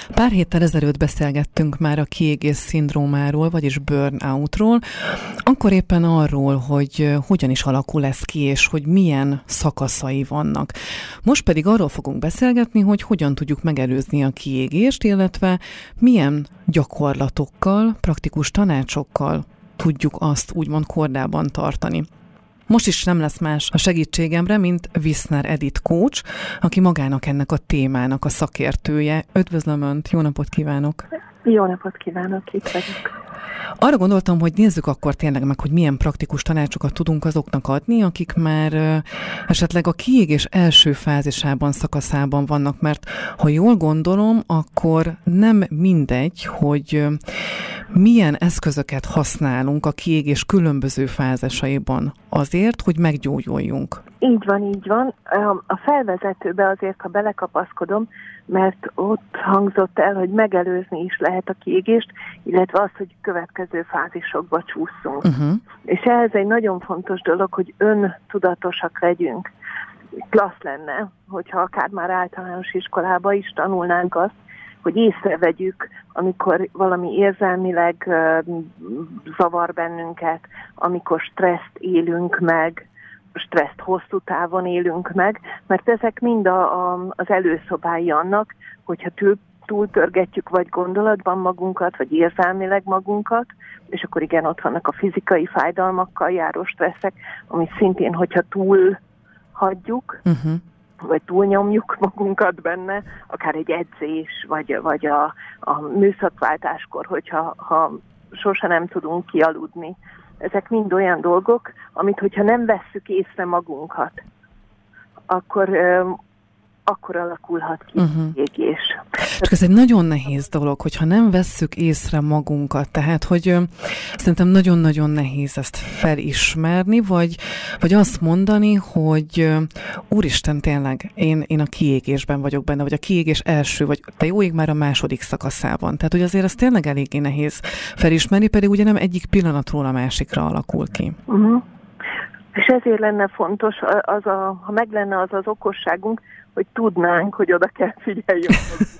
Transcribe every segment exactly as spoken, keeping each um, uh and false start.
Pár héttel ezelőtt beszélgettünk már a kiégés szindrómáról, vagyis burnoutról, akkor éppen arról, hogy hogyan is alakul ez ki, és hogy milyen szakaszai vannak. Most pedig arról fogunk beszélgetni, hogy hogyan tudjuk megelőzni a kiégést, illetve milyen gyakorlatokkal, praktikus tanácsokkal tudjuk azt úgymond kordában tartani. Most is nem lesz más a segítségemre, mint Viszner Edith coach, aki magának ennek a témának a szakértője. Üdvözlöm Önt, jó napot kívánok! Jó napot kívánok, itt vagyok. Arra gondoltam, hogy nézzük akkor tényleg meg, hogy milyen praktikus tanácsokat tudunk azoknak adni, akik már uh, esetleg a kiégés első fázisában, szakaszában vannak, mert ha jól gondolom, akkor nem mindegy, hogy uh, milyen eszközöket használunk a kiégés különböző fázisaiban azért, hogy meggyógyuljunk. Így van, így van. A felvezetőbe azért, ha belekapaszkodom, mert ott hangzott el, hogy megelőzni is lehet a kiégést, illetve az, hogy következő fázisokba csúszunk. Uh-huh. És ez egy nagyon fontos dolog, hogy öntudatosak legyünk. Klassz lenne, hogyha akár már általános iskolában is tanulnánk azt, hogy észrevegyük, amikor valami érzelmileg uh, zavar bennünket, amikor stresszt élünk meg, stresszt hosszú távon élünk meg, mert ezek mind a, a, az előszobái annak, hogyha túl, túlpörgetjük vagy gondolatban magunkat, vagy érzelmileg magunkat, és akkor igen, ott vannak a fizikai fájdalmakkal járó stresszek, ami szintén, hogyha túl hagyjuk, uh-huh. vagy túlnyomjuk magunkat benne, akár egy edzés, vagy, vagy a, a műszakváltáskor, hogyha ha sose nem tudunk kialudni. Ezek mind olyan dolgok, amit hogyha nem vesszük észre magunkat, akkor, ö, akkor alakulhat ki uh-huh. kiégés. Csak ez egy nagyon nehéz dolog, hogyha nem vesszük észre magunkat, tehát, hogy ö, szerintem nagyon-nagyon nehéz ezt felismerni, vagy, vagy azt mondani, hogy ö, úristen, tényleg, én, én a kiégésben vagyok benne, vagy a kiégés első, vagy te jó ég már a második szakaszában. Tehát, hogy azért ez tényleg eléggé nehéz felismerni, pedig ugye nem egyik pillanatról a másikra alakul ki. Uh-huh. És ezért lenne fontos, az a, ha meg lenne az az okosságunk, hogy tudnánk, hogy oda kell figyeljünk.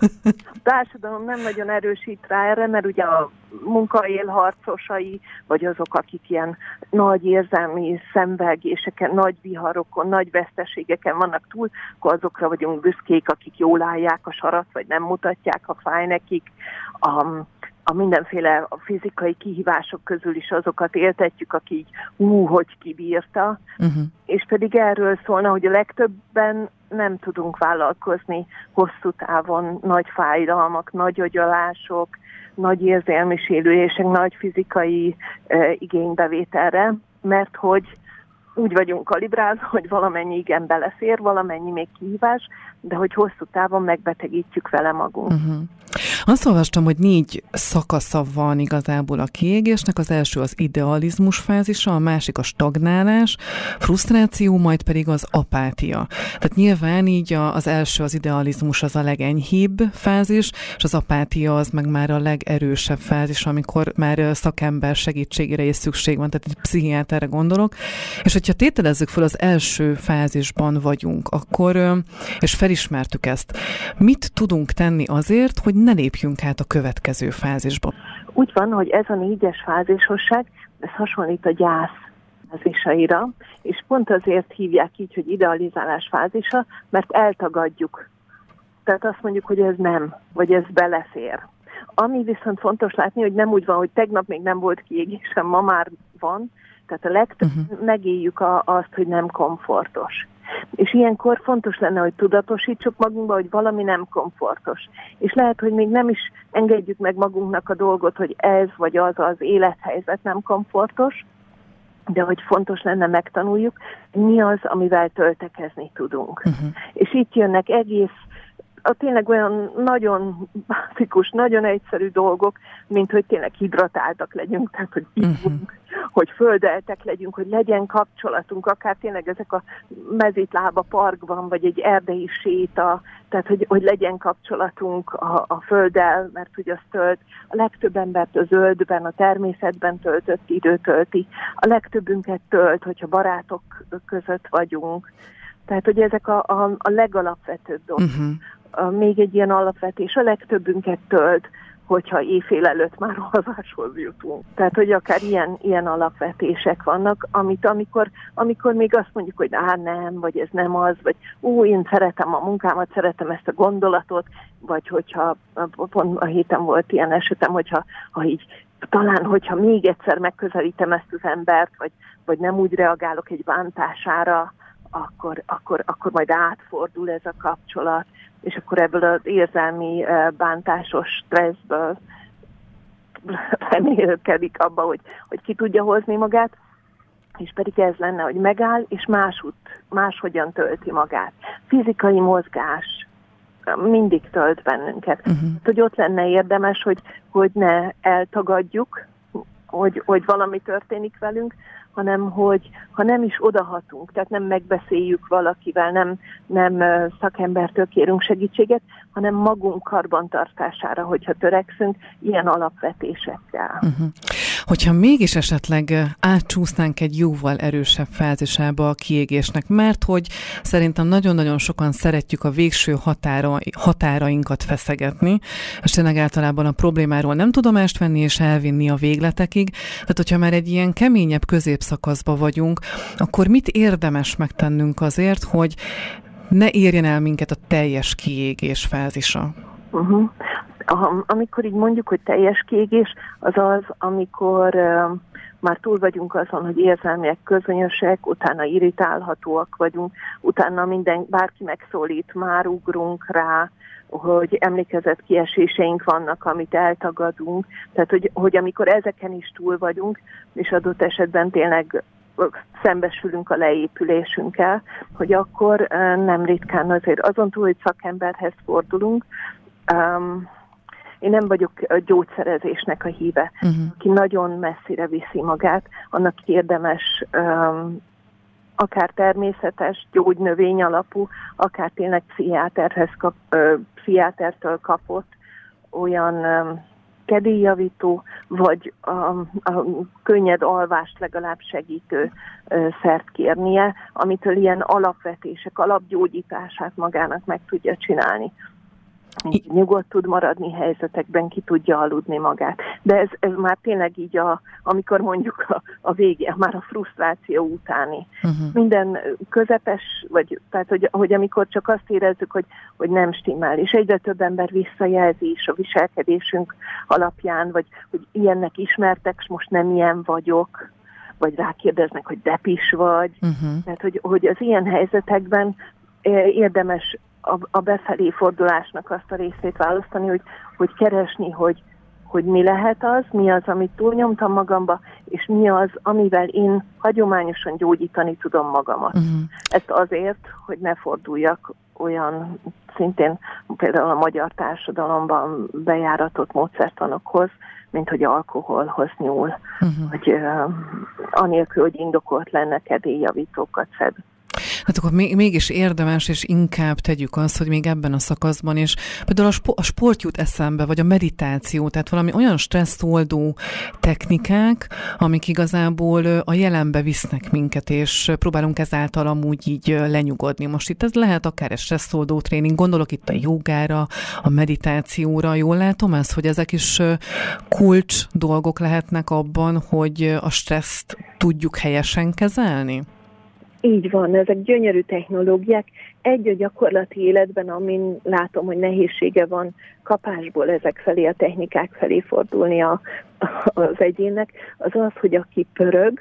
A társadalom nem nagyon erősít rá erre, mert ugye a munkaélharcosai, vagy azok, akik ilyen nagy érzelmi szemvelgéseken, nagy viharokon, nagy veszteségeken vannak túl, akkor azokra vagyunk büszkék, akik jól állják a sarat, vagy nem mutatják, ha fáj nekik. A, a mindenféle a fizikai kihívások közül is azokat éltetjük, aki így ú, hogy kibírta. Uh-huh. És pedig erről szólna, hogy a legtöbben nem tudunk vállalkozni hosszú távon nagy fájdalmak, nagy agyalások, nagy érzelmi sérülések, nagy fizikai e, igénybevételre, mert hogy úgy vagyunk kalibrálva, hogy valamennyi igen belefér, valamennyi még kihívás, de hogy hosszú távon megbetegítjük vele magunk. Uh-huh. Azt olvastam, hogy négy szakasza van igazából a kiégésnek. Az első az idealizmus fázisa, a másik a stagnálás, frusztráció, majd pedig az apátia. Tehát nyilván így az első, az idealizmus az a legenyhébb fázis, és az apátia az meg már a legerősebb fázis, amikor már szakember segítségére is szükség van, tehát egy pszichiáterre gondolok. És hogyha tételezzük fel, az első fázisban vagyunk, akkor, és felismertük ezt, mit tudunk tenni azért, hogy ne lépjünk át a következő fázisba? Úgy van, hogy ez a négyes fázisosság, ez hasonlít a gyász fázisaira, és pont azért hívják így, hogy idealizálás fázisa, mert eltagadjuk. Tehát azt mondjuk, hogy ez nem, vagy ez belefér. Ami viszont fontos látni, hogy nem úgy van, hogy tegnap még nem volt kiégésem, ma már van, tehát a legtöbb uh-huh. megéljük a, azt, hogy nem komfortos. És ilyenkor fontos lenne, hogy tudatosítsuk magunkba, hogy valami nem komfortos. És lehet, hogy még nem is engedjük meg magunknak a dolgot, hogy ez vagy az az élethelyzet nem komfortos, de hogy fontos lenne megtanuljuk, mi az, amivel töltekezni tudunk. Uh-huh. És itt jönnek egész a tényleg olyan nagyon bázikus, nagyon egyszerű dolgok, mint hogy tényleg hidratáltak legyünk, tehát hogy ígyunk, uh-huh. hogy földeltek legyünk, hogy legyen kapcsolatunk, akár tényleg ezek a mezítlába parkban, vagy egy erdei séta, tehát hogy, hogy legyen kapcsolatunk a, a földdel, mert hogy az tölt. A legtöbb embert a zöldben, a természetben töltött idő tölti. A legtöbbünket tölt, hogyha barátok között vagyunk. Tehát, hogy ezek a, a, a legalapvetőbb dolgok. Uh-huh. még egy ilyen alapvetés a legtöbbünket tölt, hogyha éjfél előtt már alváshoz jutunk. Tehát, hogy akár ilyen, ilyen alapvetések vannak, amit amikor, amikor még azt mondjuk, hogy á, nem, vagy ez nem az, vagy ú, én szeretem a munkámat, szeretem ezt a gondolatot, vagy hogyha, pont a héten volt ilyen esetem, hogyha ha így, talán, hogyha még egyszer megközelítem ezt az embert, vagy, vagy nem úgy reagálok egy bántására, akkor, akkor, akkor majd átfordul ez a kapcsolat, és akkor ebből az érzelmi bántásos stresszből remélkedik abba, hogy, hogy ki tudja hozni magát, és pedig ez lenne, hogy megáll, és másút, máshogyan tölti magát. Fizikai mozgás mindig tölt bennünket. Uh-huh. Hogy ott lenne érdemes, hogy, hogy ne eltagadjuk, hogy, hogy valami történik velünk, hanem hogy ha nem is odahatunk, tehát nem megbeszéljük valakivel, nem, nem szakembertől kérünk segítséget, hanem magunk karbantartására, hogyha törekszünk, ilyen alapvetésekkel. Uh-huh. Hogyha mégis esetleg átcsúsznánk egy jóval erősebb fázisába a kiégésnek, mert hogy szerintem nagyon-nagyon sokan szeretjük a végső határa, határainkat feszegetni, és tényleg általában a problémáról nem tudomást venni és elvinni a végletekig, tehát hogyha már egy ilyen keményebb középszakaszba vagyunk, akkor mit érdemes megtennünk azért, hogy ne érjen el minket a teljes kiégés fázisa? Uh-huh. Amikor így mondjuk, hogy teljes kiégés, az az, amikor uh, már túl vagyunk azon, hogy érzelmiek közönösek, utána irritálhatóak vagyunk, utána minden, bárki megszólít, már ugrunk rá, hogy emlékezetkieséseink vannak, amit eltagadunk, tehát hogy, hogy amikor ezeken is túl vagyunk, és adott esetben tényleg szembesülünk a leépülésünkkel, hogy akkor uh, nem ritkán azért azon túl, hogy szakemberhez fordulunk. Um, Én nem vagyok a gyógyszerezésnek a híve. Uh-huh. Aki nagyon messzire viszi magát, annak érdemes um, akár természetes, gyógynövény alapú, akár tényleg pszichiáterhez kap, uh, pszichiátertől kapott olyan um, kedélyjavító, vagy a, a könnyed alvást legalább segítő uh, szert kérnie, amitől ilyen alapvetések, alapgyógyítását magának meg tudja csinálni. Nyugodt tud maradni helyzetekben, ki tudja aludni magát. De ez, ez már tényleg így, a, amikor mondjuk a, a vége, már a frusztráció utáni. Uh-huh. Minden közepes, vagy tehát, hogy, hogy amikor csak azt érezzük, hogy, hogy nem stimmel, és egyre több ember visszajelzi is a viselkedésünk alapján, vagy hogy ilyennek ismertek, és most nem ilyen vagyok, vagy rákérdeznek, hogy depis vagy. Uh-huh. Tehát, hogy, hogy az ilyen helyzetekben érdemes A, a befelé fordulásnak azt a részét választani, hogy, hogy keresni, hogy, hogy mi lehet az, mi az, amit túlnyomtam magamba, és mi az, amivel én hagyományosan gyógyítani tudom magamat. Uh-huh. Ezt azért, hogy ne forduljak olyan szintén például a magyar társadalomban bejáratott módszertanokhoz, mint hogy alkoholhoz nyúl, uh-huh. hogy uh, anélkül, hogy indokolt lenne kedélyjavítókat szed. Hát akkor mégis érdemes, és inkább tegyük azt, hogy még ebben a szakaszban is például a, spo- a sport jut eszembe, vagy a meditáció, tehát valami olyan stresszoldó technikák, amik igazából a jelenbe visznek minket, és próbálunk ezáltal amúgy így lenyugodni. Most itt ez lehet akár egy stresszoldó tréning, gondolok itt a jogára, a meditációra, jól látom ezt, hogy ezek is kulcs dolgok lehetnek abban, hogy a stresszt tudjuk helyesen kezelni? Így van, ezek gyönyörű technológiák. Egy a gyakorlati életben, amin látom, hogy nehézsége van kapásból ezek felé, a technikák felé fordulni a, az egyénnek, az az, hogy aki pörög,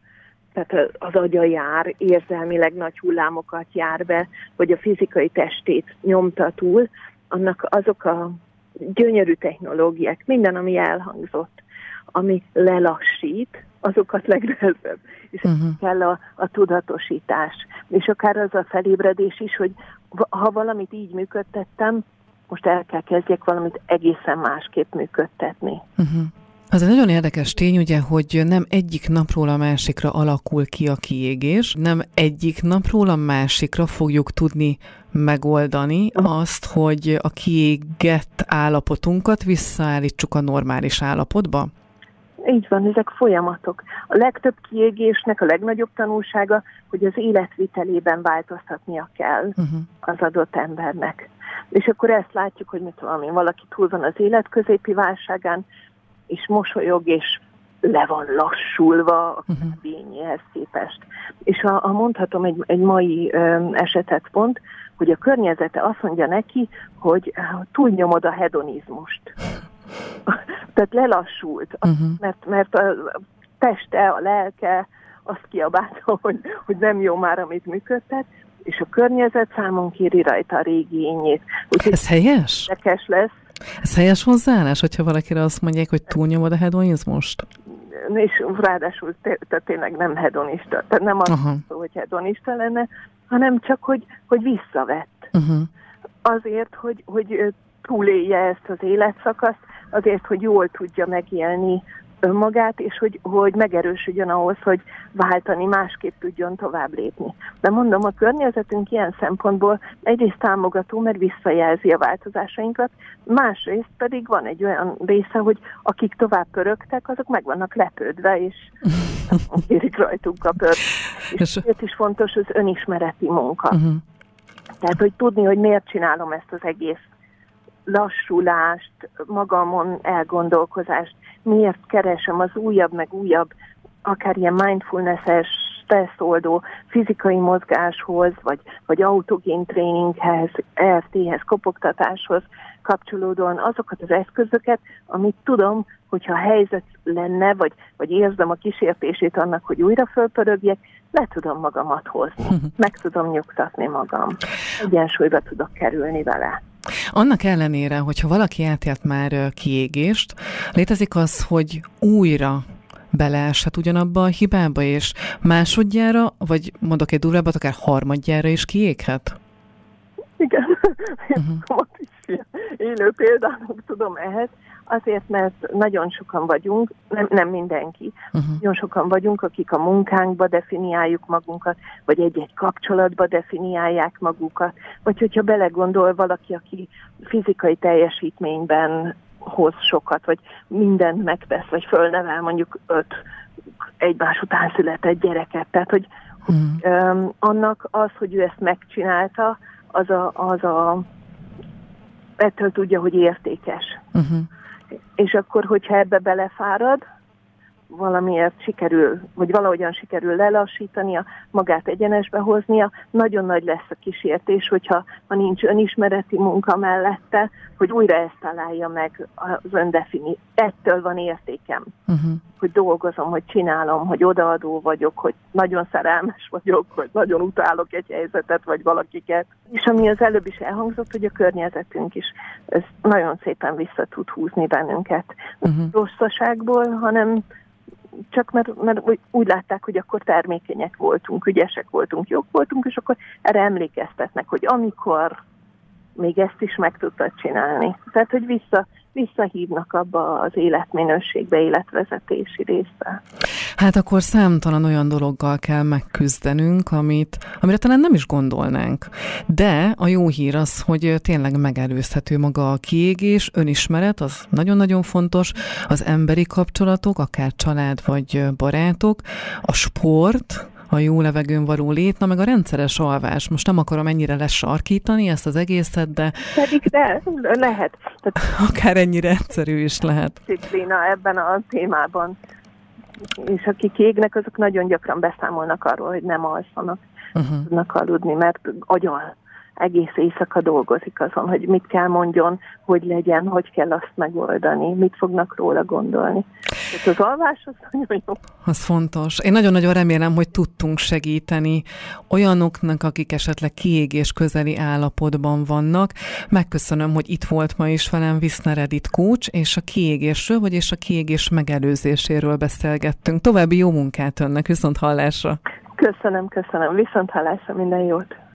tehát az agya jár, érzelmileg nagy hullámokat jár be, vagy a fizikai testét nyomta túl, annak azok a gyönyörű technológiák, minden, ami elhangzott, ami lelassít, azokat legnehezebb. És uh-huh. kell a, a tudatosítás. És akár az a felébredés is, hogy ha valamit így működtettem, most el kell kezdjek valamit egészen másképp működtetni. Uh-huh. Az egy nagyon érdekes tény, ugye, hogy nem egyik napról a másikra alakul ki a kiégés, nem egyik napról a másikra fogjuk tudni megoldani azt, hogy a kiégett állapotunkat visszaállítsuk a normális állapotba. Így van, ezek folyamatok. A legtöbb kiégésnek a legnagyobb tanulsága, hogy az életvitelében változtatnia kell uh-huh. az adott embernek. És akkor ezt látjuk, hogy mit tudom én, valaki túl van az életközépi válságán, és mosolyog, és le van lassulva a bényéhez képest. És ha, ha mondhatom egy, egy mai ö, esetet pont, hogy a környezete azt mondja neki, hogy túlnyomod a hedonizmust. Tehát lelassult, uh-huh. mert, mert a teste, a lelke azt kiabálta, hogy, hogy nem jó már, amit működtet, és a környezet számon kéri rajta a régi ényét. Úgyhogy ez helyes? Érdekes lesz. Ez helyes hozzáállás, hogyha valakire azt mondják, hogy túlnyomod a hedonizmust? És ráadásul tehát tényleg nem hedonista, tehát nem azt uh-huh. szó, hogy hedonista lenne, hanem csak, hogy, hogy visszavett. Uh-huh. Azért, hogy, hogy túlélje ezt az életszakaszt, azért, hogy jól tudja megélni önmagát, és hogy, hogy megerősödjön ahhoz, hogy váltani, másképp tudjon tovább lépni. De mondom, a környezetünk ilyen szempontból egyrészt támogató, mert visszajelzi a változásainkat, másrészt pedig van egy olyan része, hogy akik tovább pörögtek, azok meg vannak lepődve, és kérik rajtunk a pört. És ezért is fontos az önismereti munka. Uh-huh. Tehát, hogy tudni, hogy miért csinálom ezt az egész lassulást, magamon elgondolkozást, miért keresem az újabb, meg újabb, akár ilyen mindfulness-es, stresszoldó fizikai mozgáshoz, vagy, vagy autogén tréninghez, é ef té-hez, kopogtatáshoz kapcsolódóan azokat az eszközöket, amit tudom, hogyha helyzet lenne, vagy, vagy érzem a kísértését annak, hogy újra fölpörögjek, le tudom magamat hozni, meg tudom nyugtatni magam. Egyensúlyba tudok kerülni vele. Annak ellenére, hogyha valaki átélt már kiégést, létezik az, hogy újra beleeshet ugyanabba a hibába, és másodjára, vagy mondok egy durvábbat, akár harmadjára is kiéghet? Igen, uh-huh. élő példának tudom ehhez, azért, mert nagyon sokan vagyunk, nem, nem mindenki, uh-huh. nagyon sokan vagyunk, akik a munkánkba definiáljuk magunkat, vagy egy-egy kapcsolatba definiálják magukat, vagy hogyha belegondol valaki, aki fizikai teljesítményben hoz sokat, vagy mindent megtesz, vagy fölnevel mondjuk öt egymás után született gyereket. Tehát, hogy uh-huh. um, annak az, hogy ő ezt megcsinálta, az a, az a ettől tudja, hogy értékes. Uh-huh. És akkor, hogyha ebbe belefárad, valamiért sikerül, vagy valahogyan sikerül lelassítania, magát egyenesbe hoznia, nagyon nagy lesz a kísértés, hogyha ha nincs önismereti munka mellette, hogy újra ezt találja meg az öndefini. Ettől van értékem, uh-huh. hogy dolgozom, hogy csinálom, hogy odaadó vagyok, hogy nagyon szerelmes vagyok, hogy nagyon utálok egy helyzetet, vagy valakiket. És ami az előbb is elhangzott, hogy a környezetünk is ez nagyon szépen vissza tud húzni bennünket. Uh-huh. Rosszaságból, hanem csak mert, mert úgy látták, hogy akkor termékenyek voltunk, ügyesek voltunk, jók voltunk, és akkor erre emlékeztetnek, hogy amikor még ezt is meg tudtad csinálni. Tehát, hogy vissza, visszahívnak abba az életminőségbe, életvezetési részbe. Hát akkor számtalan olyan dologgal kell megküzdenünk, amit, amire talán nem is gondolnánk. De a jó hír az, hogy tényleg megelőzhető maga a kiégés, önismeret, az nagyon-nagyon fontos, az emberi kapcsolatok, akár család vagy barátok, a sport, a jó levegőn való lét, na meg a rendszeres alvás. Most nem akarom ennyire lesarkítani ezt az egészet, de... Pedig de, lehet. Tehát akár ennyire egyszerű is lehet. Disziplína ebben a témában. És akik égnek, azok nagyon gyakran beszámolnak arról, hogy nem alszanak, uh-huh. tudnak aludni, mert agyal egész éjszaka dolgozik azon, hogy mit kell mondjon, hogy legyen, hogy kell azt megoldani, mit fognak róla gondolni. Tehát az alvás az nagyon jó. Az fontos. Én nagyon-nagyon remélem, hogy tudtunk segíteni olyanoknak, akik esetleg kiégés közeli állapotban vannak. Megköszönöm, hogy itt volt ma is velem Viszner Edit coach, és a kiégésről, vagy és a kiégés megelőzéséről beszélgettünk. További jó munkát önnek, viszont hallásra! Köszönöm, köszönöm. Viszont hallásra, minden jót!